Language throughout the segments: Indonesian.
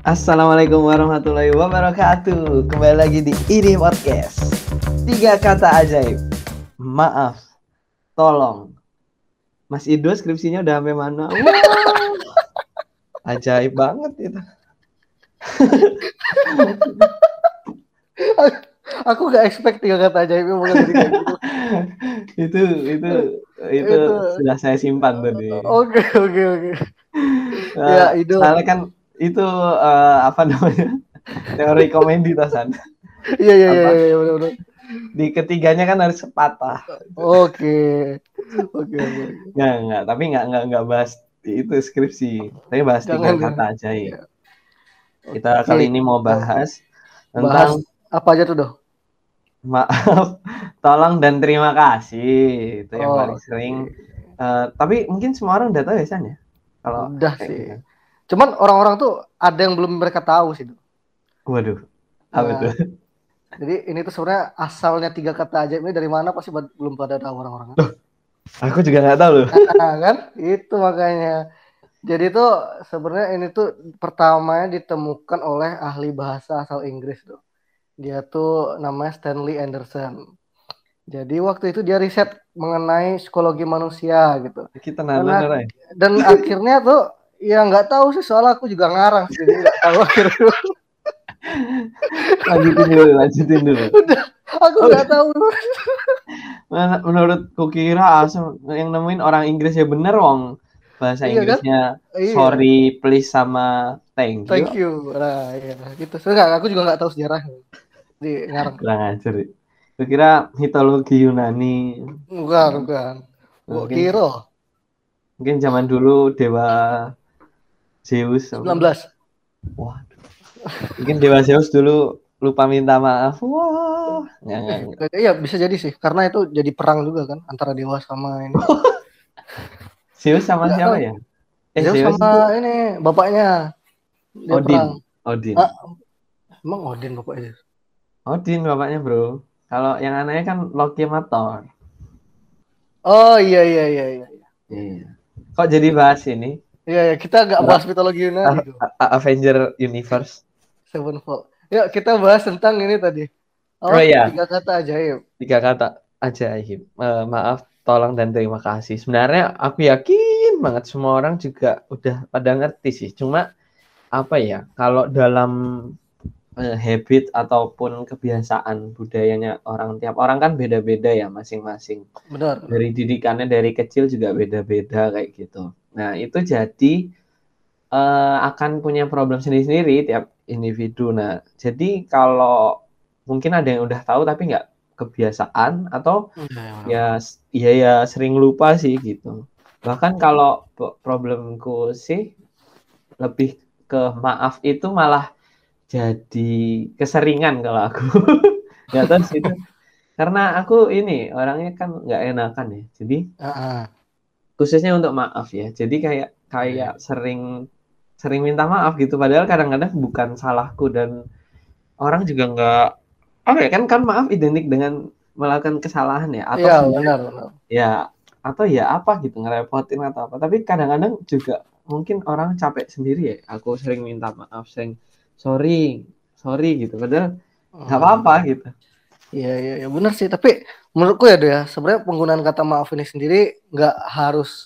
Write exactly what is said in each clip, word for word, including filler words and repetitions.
Assalamualaikum warahmatullahi wabarakatuh. Kembali lagi di ini podcast. Tiga kata ajaib. Maaf, tolong. Mas Ido skripsinya udah sampai mana? Wow, ajaib banget itu. Aku gak expect tiga kata ajaibnya bakal jadi kayak gitu. itu itu itu Itu. sudah saya simpan tadi. Oke oke oke. Uh, Ya itu. Soalnya kan itu uh, apa namanya teori komedi tasan. Iya iya iya iya benar-benar. Di ketiganya kan harus sepatah. Oke oke oke. Nggak nggak tapi nggak nggak nggak bahas itu skripsi. Tapi bahas tiga Jangan ya. kata ajaib. Ya. Kita Oke. kali ini mau bahas Bahas tentang apa aja tuh, Doh? maaf, tolong dan terima kasih. Itu yang paling Oh, sering. oke. Uh, tapi mungkin semua orang udah tahu ya, San ya? Kalau Udah kayak sih. gitu. Cuman orang-orang tuh ada yang belum mereka tahu sih, Doh. Waduh, apa Nah, tuh? jadi ini tuh sebenarnya asalnya tiga kata ajaib ini dari mana pasti belum pada tahu orang-orang. Loh, aku juga nggak tahu loh. Nah, kan? Itu makanya. Jadi tuh sebenarnya ini tuh pertamanya ditemukan oleh ahli bahasa asal Inggris tuh. Dia tuh namanya Stanley Anderson. Jadi waktu itu dia riset mengenai psikologi manusia gitu. Kita Dan, nana nana. dan akhirnya tuh ya nggak tahu sih soalnya aku juga ngarang sih jadi nggak tahu akhirnya. Lanjutin dulu, lanjutin dulu. Udah, aku nggak tahu. Menurut kukira yang nemuin orang Inggris ya bener wong. Bahasa Iya kan? Inggrisnya Iya. sorry, please sama thank you. Thank you. Nah, iya gitu. Soalnya aku juga nggak tahu sejarah. Di ngarang. Kurang ajar. Kukira mitologi Yunani. Bukan, bukan. Gua Mungkin kira mungkin zaman dulu dewa Zeus sembilan belas. Wah. Mungkin dewa Zeus dulu lupa minta maaf. Wah. Nggak, nggak, nggak. Iya bisa jadi sih karena itu jadi perang juga kan antara dewa sama ini. Zeus sama Nggak siapa tahu. ya? Eh Zeus Zeus sama itu ini bapaknya dia Odin. perang. Odin. Ah, emang Odin bapaknya? Odin bapaknya, Bro. Kalau yang anehnya kan Loki sama Thor. Oh iya iya iya iya. Iya. Kok jadi bahas ini? Iya ya kita nggak bahas mitologi Yunani tuh. Avenger Universe. Sevenfold. Ya kita bahas tentang ini tadi. Oh, Oh iya. tiga kata ajaib. Tiga kata ajaib. Uh, maaf, tolong dan terima kasih. Sebenarnya aku yakin banget semua orang juga udah pada ngerti sih. Cuma apa ya? Kalau dalam uh, habit ataupun kebiasaan budayanya orang tiap orang kan beda-beda ya masing-masing. Benar. Dari didikannya dari kecil juga beda-beda kayak gitu. Nah, itu jadi uh, akan punya problem sendiri-sendiri tiap individu. Nah, jadi kalau mungkin ada yang udah tahu tapi nggak kebiasaan atau ya ya ya sering lupa sih gitu. Bahkan kalau problemku sih lebih ke maaf itu malah jadi keseringan kalau aku. Nggak tahu sih itu. Karena aku ini orangnya kan nggak enakan ya. Jadi Uh-uh. khususnya untuk maaf ya. Jadi kayak kayak sering sering minta maaf gitu. Padahal kadang-kadang bukan salahku dan orang juga nggak. Oke okay, kan kan maaf identik dengan melakukan kesalahan ya. Atau Iya benar benar. Ya atau ya apa gitu ngerepotin atau apa. Tapi kadang-kadang juga mungkin orang capek sendiri ya. Aku sering minta maaf, sering sorry, sorry gitu. Padahal nggak hmm. apa-apa gitu. Iya iya ya, benar sih. Tapi menurutku ya, ya sebenarnya penggunaan kata maaf ini sendiri nggak harus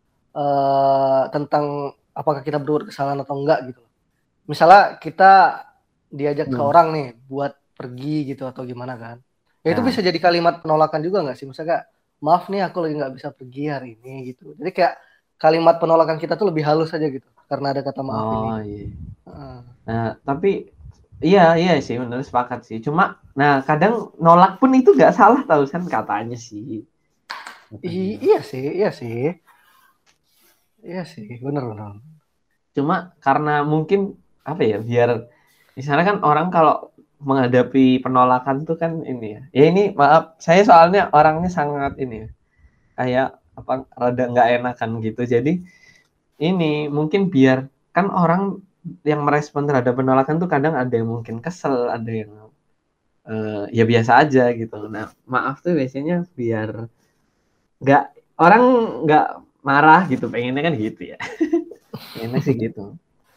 uh, tentang apakah kita berbuat kesalahan atau enggak gitu. Misalnya kita diajak hmm. ke orang nih buat pergi gitu atau gimana kan. Ya, ya. Itu bisa jadi kalimat penolakan juga nggak sih? Misalnya maaf nih aku lagi nggak bisa pergi hari ini gitu. Jadi kayak kalimat penolakan kita tuh lebih halus aja gitu karena ada kata maaf oh, ini. Oh iya. Uh. Nah tapi iya iya sih benar sepakat sih. Cuma nah kadang nolak pun itu nggak salah tahu kan katanya sih. I- iya sih iya sih. Iya sih benar benar. Cuma karena mungkin apa ya biar misalnya kan orang kalau menghadapi penolakan tuh kan ini ya. Ya ini maaf saya soalnya orangnya sangat ini ya. Kayak apa rada nggak enakan gitu. Jadi ini mungkin biar kan orang yang merespon terhadap penolakan tuh kadang ada yang mungkin kesel, ada yang uh, ya biasa aja gitu. Nah maaf tuh biasanya biar nggak orang nggak marah gitu, pengennya kan gitu ya. Pengennya sih gitu.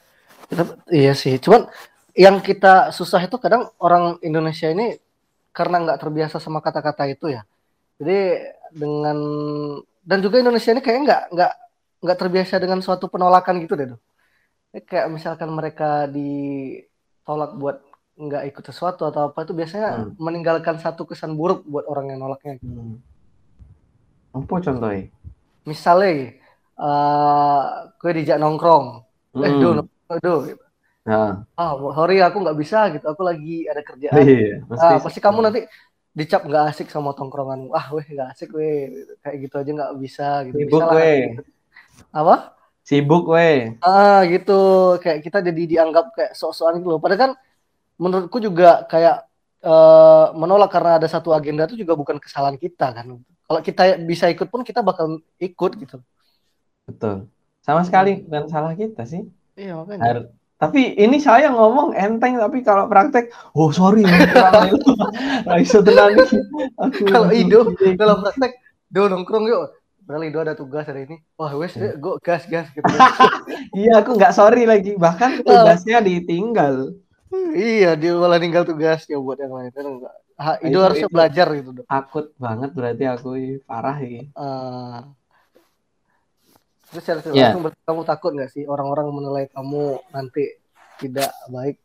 Iya sih, cuman yang kita susah itu kadang orang Indonesia ini karena nggak terbiasa sama kata-kata itu ya. Jadi dengan dan juga Indonesia ini kayak nggak nggak nggak terbiasa dengan suatu penolakan gitu deh. Kayak misalkan mereka ditolak buat nggak ikut sesuatu atau apa itu biasanya Hmm. meninggalkan satu kesan buruk buat orang yang nolaknya. Hmm. Apa contohnya? Misalnya, uh, gue dijak nongkrong, eh do, Hmm. nongkrong, do, gitu. Nah, Ah, sorry aku nggak bisa gitu, aku lagi ada kerjaan. iya, mesti Ah, pasti kamu nah, nanti dicap nggak asik sama tongkrongan. Ah, weh nggak asik weh, kayak gitu aja nggak bisa gitu. Bisa sibuk lah nanti weh, ikut. Apa? sibuk weh. Ah, gitu. Kayak kita jadi dianggap kayak sok-sokan gitu loh. Padahal kan menurutku juga kayak eh, menolak karena ada satu agenda itu juga bukan kesalahan kita kan. Kalau kita bisa ikut pun kita bakal ikut gitu. Betul. Sama sekali Hmm. bukan salah kita sih. Iya makanya. Har- tapi ini saya ngomong enteng, tapi kalau praktek, oh sorry, kurang itu. Nah, iso tenan iki. Aku Kalau aduh, Ido piye iki? dalam praktek, do nongkrong yuk. Padahal Ido ada tugas hari ini. Wah wes, Ya. gue gas gas gitu kan. Iya, aku nggak sorry lagi. Bahkan Ah, tugasnya ditinggal. iya dia malah ninggal tugasnya buat yang lain kan enggak. Ah, Nah, Ido itu harusnya itu belajar gitu dong. takut banget berarti aku ini parah ini. Ah, terus secara tidak langsung Ya, berarti kamu takut nggak sih orang-orang menilai kamu nanti tidak baik?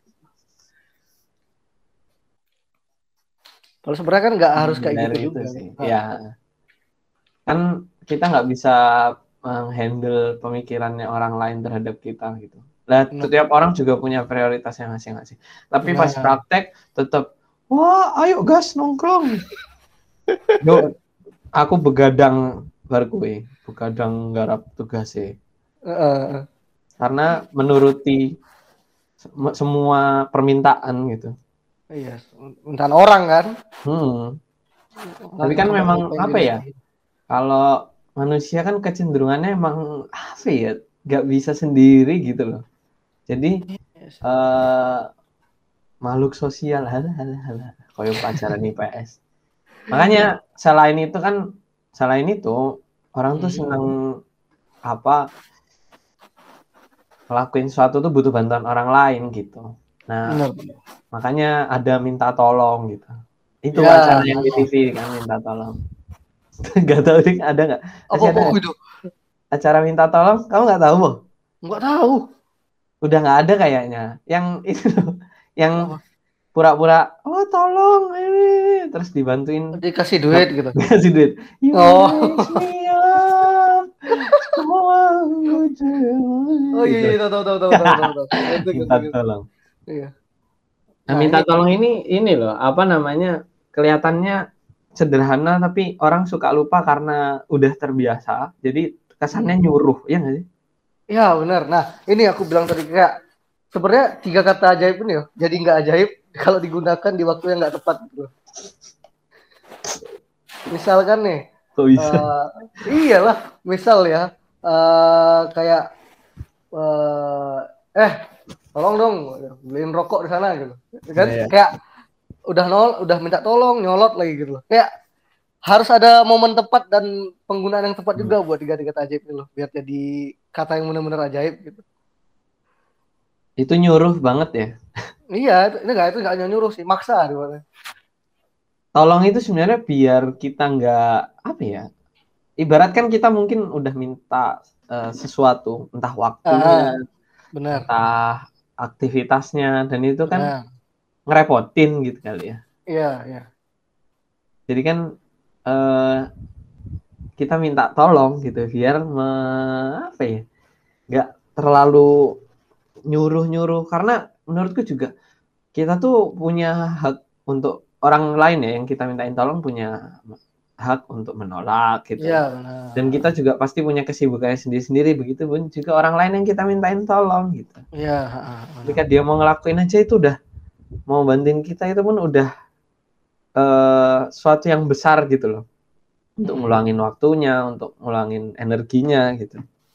Kalau sebenarnya kan nggak harus kayak gitu dari itu juga. sih. Ah, Ya, kan kita nggak bisa menghandle pemikirannya orang lain terhadap kita gitu. Nah, nah, setiap orang juga punya prioritasnya masing-masing. Tapi pas nah, praktek tetap, wah, ayo gas nongkrong. Yuk, aku begadang bar kue, begadang garap tugas sih. uh, Karena menuruti semua permintaan gitu. iya, tentang orang kan, Hmm. orang Tapi yang kan cuma memang pengen apa diri ya? sendiri. Kalau manusia kan kecenderungannya emang apa ya? Gak bisa sendiri gitu loh. Jadi Yes. eh, makhluk sosial, halah halah halah. Koyo pelajaran I P S. Makanya selain itu kan, selain itu orang tuh Hmm, seneng apa ngelakuin sesuatu tuh butuh bantuan orang lain gitu. Nah, benar. makanya ada minta tolong gitu. Itu Ya, acara yang di T V kan minta tolong. Gak tahu nih ada nggak? apa Masih ada apa nggak itu? acara minta tolong? Kamu nggak tahu, Boh? Nggak tahu. Udah nggak ada kayaknya. Yang itu, yang Apa? pura-pura, oh tolong ini, terus dibantuin Dikasih duit gitu. kasih duit. You raise Oh, me up, semua oh iya, gitu. iya tahu tahu tahu tahu tahu tahu. Ngerti Minta ngerti ngerti. tolong. Iya. Nah, Nah minta ini, tolong ini ini loh, apa namanya? Kelihatannya sederhana tapi orang suka lupa karena udah terbiasa. Jadi kesannya hmm. nyuruh, ya nggak sih? Ya benar. Nah ini aku bilang tadi kayak sebenarnya tiga kata ajaib ini ya, jadi nggak ajaib kalau digunakan di waktu yang nggak tepat gitu. Misalkan nih, Kok bisa? uh, iyalah, misal ya, uh, kayak uh, eh tolong dong beliin rokok di sana gitu, kan? Nah, ya. Kayak udah nol, udah minta tolong nyolot lagi gitu loh. Kayak harus ada momen tepat dan penggunaan yang tepat Hmm. juga buat tiga tiga kata ajaib ini loh, biar jadi kata yang benar-benar ajaib gitu. Itu nyuruh banget ya. Iya, itu, ini nggak itu nggak nyuruh sih, maksa di mana. Tolong itu sebenarnya biar kita nggak apa ya? Ibarat kan kita mungkin udah minta uh, sesuatu, entah waktunya, Ah, benar, entah aktivitasnya, dan itu kan benar. ngerepotin gitu kali ya. Iya, iya. Jadi kan uh, kita minta tolong gitu biar me, apa ya? Nggak terlalu nyuruh-nyuruh karena menurutku juga kita tuh punya hak untuk orang lain ya yang kita mintain tolong punya hak untuk menolak gitu. Iya, benar. Dan kita juga pasti punya kesibukannya sendiri-sendiri, begitu pun juga orang lain yang kita mintain tolong gitu. Iya, ah, benar. Ketika dia mau ngelakuin aja itu udah mau bantuin kita itu pun udah uh, suatu yang besar gitu loh. Untuk Hmm. ngulangin waktunya, untuk ngulangin energinya gitu.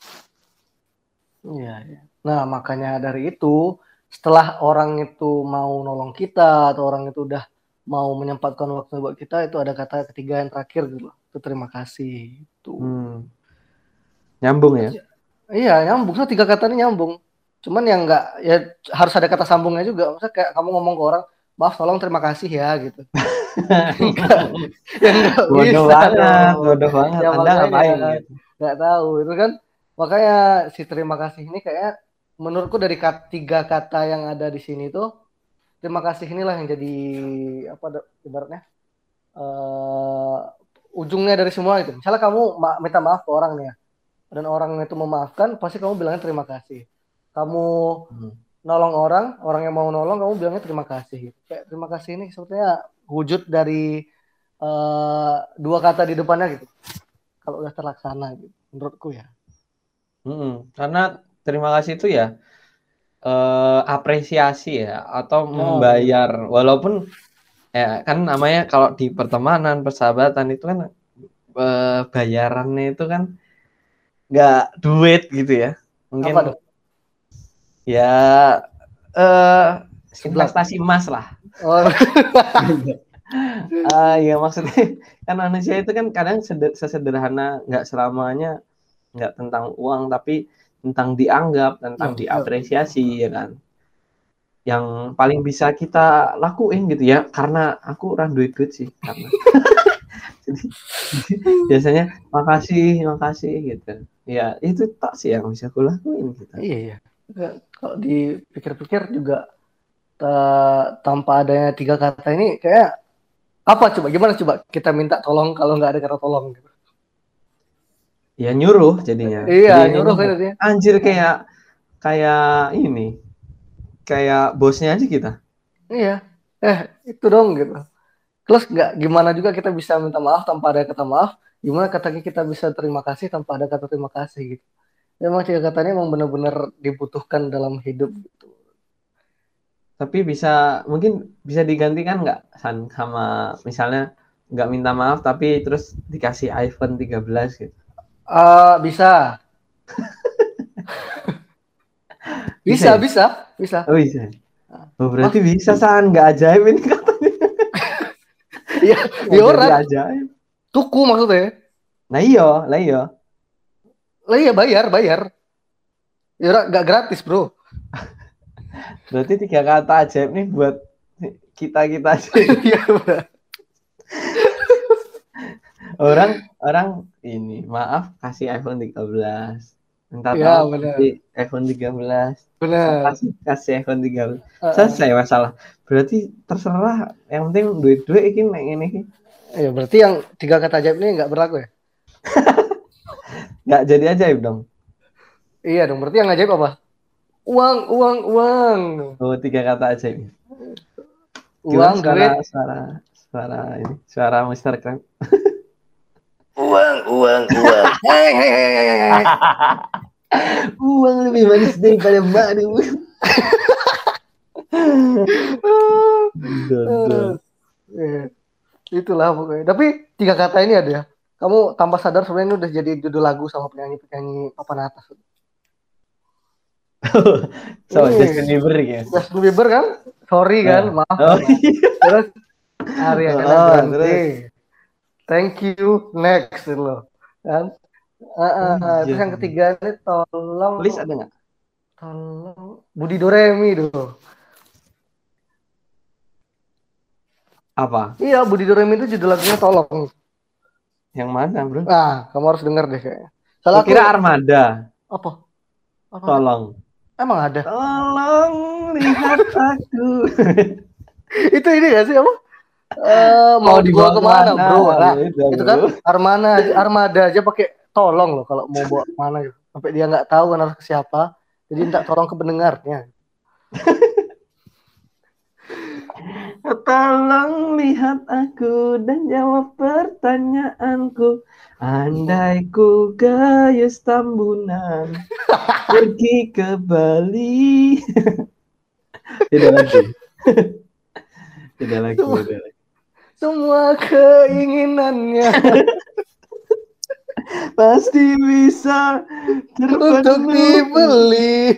Iya, iya. Nah, makanya dari itu, setelah orang itu mau nolong kita atau orang itu udah mau menyempatkan waktu buat kita, itu ada kata ketiga yang terakhir gitu loh. Itu terima kasih. Itu. Hmm. Nyambung ya. Iya, nyambung. Nah, tiga kata ini nyambung. Cuman yang enggak ya harus ada kata sambungnya juga. Maksudnya kayak kamu ngomong ke orang, maaf tolong terima kasih ya gitu. Enggak, ya enggak Bodoh bisa banget, dong. bodoh banget. Ya Anda ngapain makanya gitu? nggak tahu itu kan. Makanya si terima kasih ini kayak menurutku dari kat, tiga kata yang ada di sini tuh terima kasih inilah yang jadi apa ibaratnya uh, ujungnya dari semua itu. Misalnya kamu ma- minta maaf ke orang nih ya, dan orang itu memaafkan, pasti kamu bilangnya terima kasih. Kamu Hmm. nolong orang, orang yang mau nolong, kamu bilangnya terima kasih. Kayak terima kasih ini sebetulnya wujud dari uh, dua kata di depannya gitu. Kalau udah terlaksana gitu, menurutku ya. Hmm. Karena terima kasih itu ya eh, apresiasi ya atau Oh, benar. membayar, walaupun ya kan namanya kalau di pertemanan, persahabatan itu kan eh, bayarannya itu kan nggak duit gitu ya. Apa Mungkin tuh? ya eh Seblak. investasi emas lah. Oh. Ah ya maksudnya kan manusia itu kan kadang seder- sesederhana nggak selamanya nggak tentang uang tapi tentang dianggap, tentang Yo, yo. diapresiasi ya kan. Yang paling bisa kita lakuin gitu ya karena aku orang duit-duit sih karena jadi, jadi biasanya makasih, makasih gitu. Ya itu tak sih yang bisa aku lakuin gitu. Iya, iya. Ya, kalau dipikir-pikir juga ta- tanpa adanya tiga kata ini kayak apa coba? Gimana coba kita minta tolong kalau nggak ada kata tolong gitu? Ya nyuruh jadinya. Iya, Jadinya nyuruh kan nyuruh. itu ya. Anjir Nah, kayak kayak ini, kayak bosnya aja kita. iya. Eh, itu dong gitu. Terus nggak gimana juga kita bisa minta maaf tanpa ada kata maaf? Gimana katanya kita bisa terima kasih tanpa ada kata terima kasih gitu? Memang tiga katanya emang benar-benar dibutuhkan dalam hidup gitu. Tapi bisa mungkin bisa digantikan nggak San sama misalnya nggak minta maaf tapi terus dikasih iPhone tiga belas gitu. Ah, bisa, Bisa bisa, ya? bisa, bisa. Oh bisa. Oh Mas, berarti bisa San, nggak ajaib ini katanya. iya, Nggak di jadi orang ajaib. tuku maksudnya. Nah iya, lah iya. Lah iya bayar, bayar. Ya ora, nggak gratis, Bro. Berarti tiga kata ajaib nih buat kita-kita aja. Iya, benar. Orang orang ini maaf kasih iPhone tiga belas. Minta Iya, tolong kasih benar. iPhone tiga belas. Benar. Kasih kasih iPhone tiga belas. Heeh. Selesai masalah. Berarti terserah yang penting duit-duit iki nek ngene iki. Ya, berarti yang tiga kata ajaib ini nggak berlaku ya? Nggak jadi ajaib dong. Iya dong, berarti yang ajaib apa? Uang, uang, uang. Oh, tiga kata ajaib. Gimana Uang, suara duit. suara suara ini? Suara Mister Krab. Uang, uang, uang. Hei, hei, hei, hei, hei. Uang lebih manis daripada madu. Dodo. Eh, itulah pokoknya. Tapi tiga kata ini ada ya. Kamu tanpa sadar sebenarnya ini udah jadi judul lagu sama penyanyi-penyanyi papan atas. So, Ini Justin Bieber ya. Justin Bieber kan? Sorry kan, Nah. maaf Oh kan. iya. Terus Ariana Oh, Grande. terus. Thank you next gitu loh. Kan? Uh, Oh uh, iya. terus yang ketiga ini tolong Please ada nggak? tolong Budi Doremi tuh. Apa? Iya, Budi Doremi itu judul lagunya tolong. Yang mana, bro? Ah, kamu harus denger deh kayaknya. Salah Gue aku kira Armada. apa? Apa ada? Tolong. Emang ada. Tolong lihat aku. Itu ini gak sih apa? Eh, mau Mau dibawa dibawa kemana, kemana? bro? Nah, Beda, itu kan bro. Armada aja, Armada aja pakai tolong loh kalau mau bawa kemana gitu. Sampai dia nggak tahu kan harus ke siapa. Jadi minta tolong ke pendengarnya. Tolong lihat aku dan jawab pertanyaanku. Andai ku gayus tambunan pergi ke Bali. Beda lagi. Beda lagi, Semua, beda lagi. semua keinginannya Pasti bisa untuk terpenuhi. dibeli.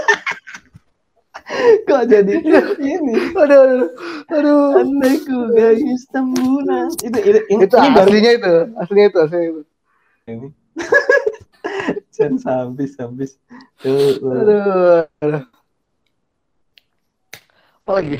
Kok jadi ini? Aduh, aduh, aduh. Andai ku gayus tambunan. Itu, itu, ini, Itu ini baru aslinya itu, aslinya itu, aslinya itu. ini. Chance habis habis. Tuh. Aduh. aduh. Apa lagi?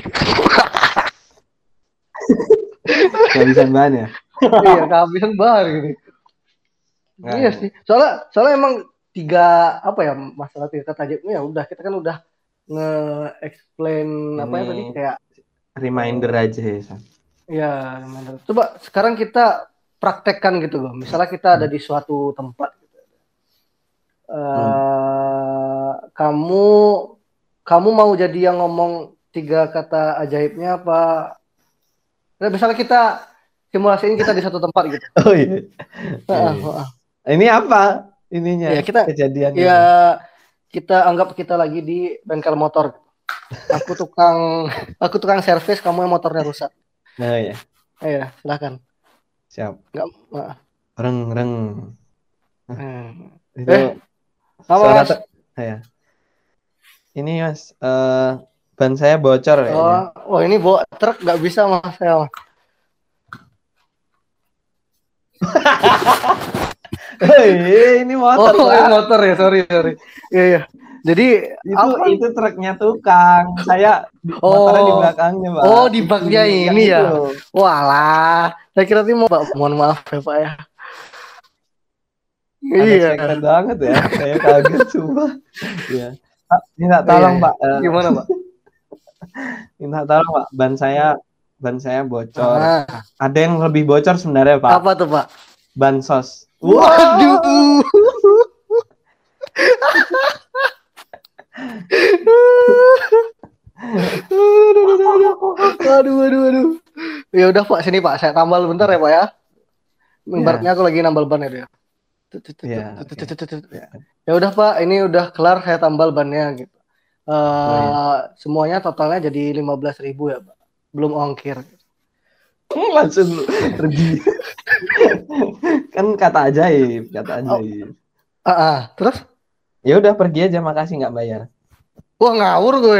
Kehabisan bahan ya? Iya, kehabisan bahan gitu. Nggak, Iya nggak. sih. Soalnya soalnya emang tiga apa ya masalah tiga kata ajaibnya ya udah kita kan udah nge-explain apa ya tadi Ini kayak reminder eh, aja ya, San. ya gimana. Coba sekarang kita praktekkan gitu loh. Misalnya kita ada Hmm. di suatu tempat gitu. Hmm. Eh, kamu kamu mau jadi yang ngomong tiga kata ajaibnya apa? Nah, misalnya kita simulasiin kita di satu tempat gitu. Oh iya. Iya, Heeh, iya. heeh. Ini apa ininya Ya kita kejadiannya ya tuh? kita anggap kita lagi di bengkel motor. Aku tukang aku tukang servis, kamu yang motornya rusak. Nah ya, Ayo, silakan. siap. Enggak, heeh. Reng reng. Nah, Hmm. itu Eh, apa suara Mas? tuh. Ya. Ini Mas, eh ban saya bocor kayaknya. Oh, oh ini bawa truk nggak bisa Mas saya. Mas. Hei, ini motor, Oh, ini Pak. motor ya, sorry, sorry. Iya, iya. Jadi Itu apa? itu truknya tukang. Saya di- motornya di Oh, belakangnya, Pak. oh di Itu baknya yang ini itu ya. loh. Walah, saya kira ini mau Pak. Mohon maaf ya Pak ya. Iya. Unexpected banget ya. Saya kaget coba. Ya. Pak, minta Oh, iya, tolong, iya. Pak. Eh, Gimana Pak? minta tolong, Pak. Ban saya ban saya bocor. Ah, Ada yang lebih bocor sebenarnya, Pak. apa tuh Pak? Bansos. Wow. Waduh. Aduh, aduh, aduh. Ya udah Pak, sini Pak, saya tambal bentar ya Pak ya. Ya, Ibaratnya aku lagi nambal ban ya dia. ya, oke. Ya. Ya udah Pak, ini udah kelar saya tambal bannya gitu. Oh ya. Eh semuanya totalnya jadi lima belas ribu ya Pak. Belum ongkir. Langsung pergi. Kan kata ajaib, kata Oh, ajaib. ah, ah. Terus? Ya udah pergi aja, makasih nggak bayar. Wah ngawur gue.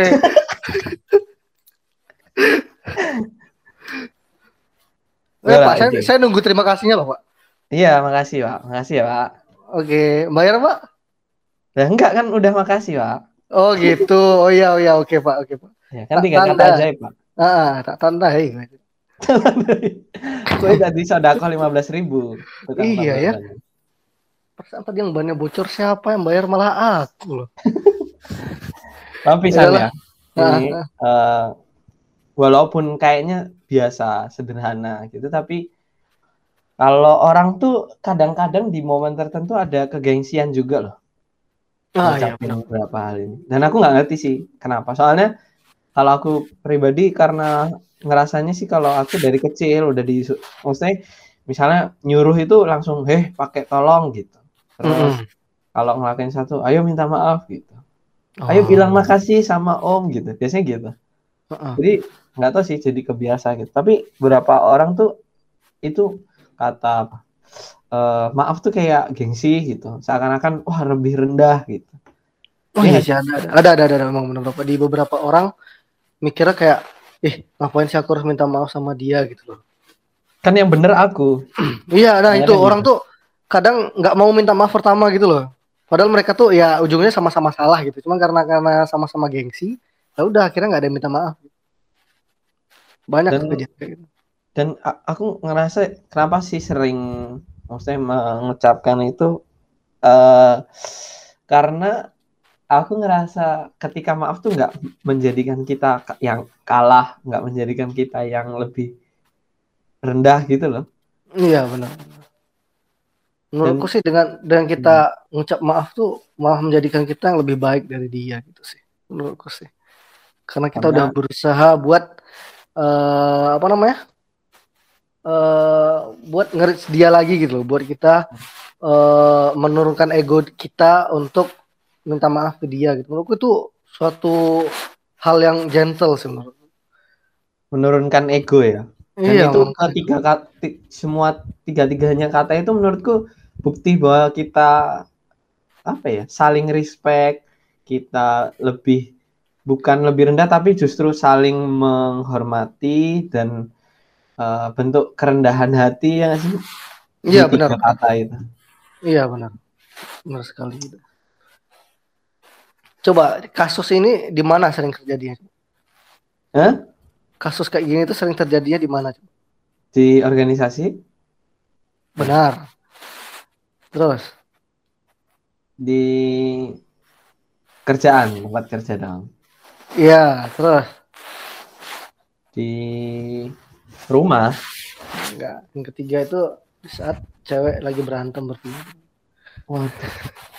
Eh Udah lah, Pak, saya, oke. saya nunggu terima kasihnya loh Pak. Iya, makasih, Pak. Makasih ya, Pak. Oke, bayar Pak? Nah, enggak kan udah makasih, Pak. Oh gitu. Oh iya, oh iya, oke Pak, oke Pak. Ya, kan Tak tiga kata tanda. ajaib, Pak. Ah, ah, tak tandai. Gue tadi sodako lima belas ribu. Tukang Iya tambal ya. ban. Perasaan tadi yang bannya bocor siapa yang bayar malah aku loh. Tapi Ya San udahlah. ya, Ah, ini ah. eh, walaupun kayaknya biasa, sederhana gitu, tapi kalau orang tuh kadang-kadang di momen tertentu ada kegengsian juga loh. Ah, iya Ngucapin benar. beberapa hal ini. Dan aku nggak ngerti sih kenapa. Soalnya kalau aku pribadi karena ngerasanya sih kalau aku dari kecil udah di maksudnya misalnya nyuruh itu langsung heh pakai tolong gitu. Terus Mm-mm. kalau ngelakuin satu ayo minta maaf gitu. Ayo bilang Oh. makasih sama om gitu. Biasanya gitu. Heeh. Jadi nggak tahu sih jadi kebiasa gitu. Tapi beberapa orang tuh itu kata apa? Uh, maaf tuh kayak gengsi gitu. Seakan-akan wah lebih rendah gitu. Oh Iya iya nggak sih sih? ada ada ada ada, ada, ada memang beberapa di beberapa orang mikirnya kayak ih ngapain sih aku harus minta maaf sama dia gitu loh. Kan yang bener aku. Iya, nah itu Akhirnya orang gitu. tuh kadang nggak mau minta maaf pertama gitu loh. Padahal mereka tuh ya ujungnya sama-sama salah gitu. Cuma karena karena sama-sama gengsi, ya udah akhirnya nggak ada yang minta maaf. Banyak Dan tuh kejadian kayak gitu. dan a- aku ngerasa kenapa sih sering maksudnya mengucapkan itu uh, karena aku ngerasa ketika maaf tuh nggak menjadikan kita yang kalah, nggak menjadikan kita yang lebih rendah gitu loh. Iya benar. Menurutku Dan sih dengan dengan kita hmm, ngucap maaf tuh malah menjadikan kita yang lebih baik dari dia gitu sih. Menurutku sih. Karena kita udah karena berusaha buat eh, apa namanya? eh buat ngerit dia lagi gitu loh, buat kita eh, menurunkan ego kita untuk minta maaf ke dia gitu. Menurutku itu suatu hal yang gentle sih menurutku. menurunkan ego ya. Dan Iya, itu makanya. ketiga kata semua tiga-tiganya kata itu menurutku bukti bahwa kita apa ya saling respect, kita lebih bukan lebih rendah tapi justru saling menghormati dan uh, bentuk kerendahan hati yang sih di Iya benar. tiga kata itu. Iya benar. Benar sekali. Coba kasus ini di mana sering terjadi? Hah? Kasus kayak gini itu sering terjadinya di mana? Di organisasi? Benar. Terus? Di kerjaan, tempat kerja dong. Iya, terus? Di rumah. Enggak. Yang ketiga itu di saat cewek lagi berantem berdua. Waduh.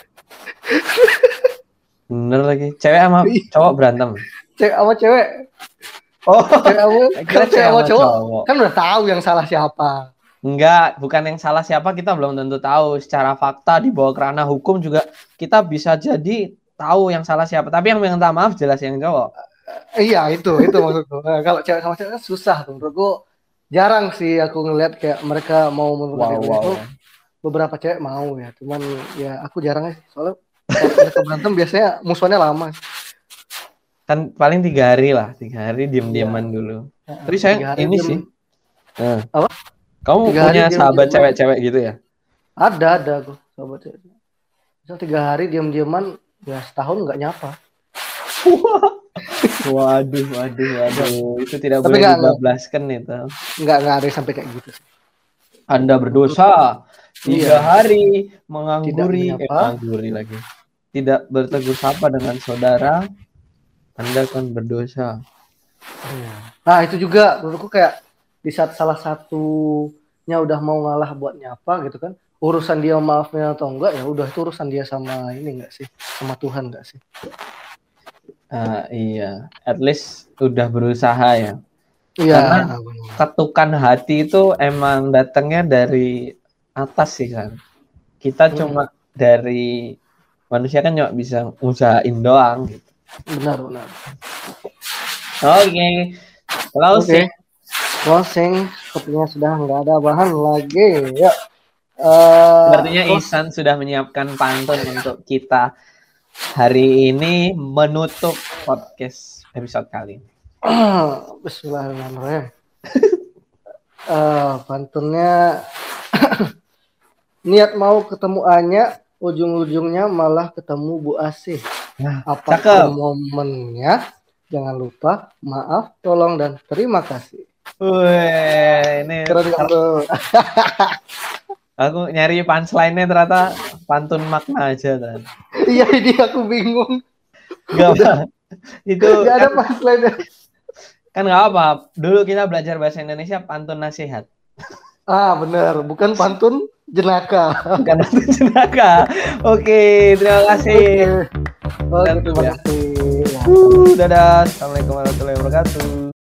Bener lagi. Cewek sama cowok berantem. Cewek sama cewek. Oh, cewek sama, kira cewek sama cowok, cowok. Kan udah tahu yang salah siapa. Enggak, bukan yang salah siapa kita belum tentu tahu. Secara fakta di bawah kerana hukum juga kita bisa jadi tahu yang salah siapa. Tapi yang minta maaf jelas yang cowok. Iya itu itu maksudku. Nah, kalau cewek sama cewek kan susah tuh. Menurutku jarang sih aku ngeliat kayak mereka mau menuntut wow, wow. itu. Beberapa cewek mau ya, cuman ya aku jarang sih. Soalnya kalau mereka berantem biasanya musuhnya lama. Kan paling tiga hari lah, tiga hari diem-dieman ya. Dulu. Ya, tapi saya ini diem... sih. Nah. Apa? Kamu tiga punya sahabat cewek-cewek gitu ya? Ada ada aku sahabat cewek. Misal tiga hari diem-dieman, ya setahun nggak nyapa. Waduh, waduh, waduh. Itu tidak tapi boleh dibablaskan itu. Enggak, enggak ada sampai kayak gitu. Anda berdosa. Tiga iya. hari mengangguri, eh, mengangguri lagi. Tidak bertegur sapa dengan saudara, Anda kan berdosa. Nah itu juga menurutku kayak di saat salah satunya udah mau ngalah buat nyapa gitu kan, urusan dia maafnya atau enggak ya udah itu urusan dia sama ini enggak sih, sama Tuhan enggak sih? Uh, iya, at least udah berusaha ya. Iya. Karena ketukan hati itu emang datangnya dari atas sih kan. Kita hmm. cuma dari manusia kan cuma bisa usahain doang. Gitu. Benar benar. Oke, okay. closing. Okay. Closing, sepertinya sudah nggak ada bahan lagi. Ya. Uh, Sepertinya Ihsan sudah menyiapkan pantun untuk kita hari ini menutup podcast episode kali ini. Bismillahirrahmanirrahim. uh, pantunnya niat mau ketemu Anya, ujung-ujungnya malah ketemu Bu Asih. Nah, apapun momennya, jangan lupa maaf, tolong dan terima kasih. Wih, ini keren kan bro. Aku nyari punchline-nya ternyata pantun makna aja kan. Iya, ini aku bingung. Gak apa. Itu gak ada punchline-nya. Kan nggak apa. Dulu kita belajar bahasa Indonesia pantun nasihat. Ah benar, bukan pantun jenaka. Bukan pantun jenaka. Oke, terima kasih. Oke, Oke terima kasih. Uh, dadah. Assalamualaikum warahmatullahi wabarakatuh.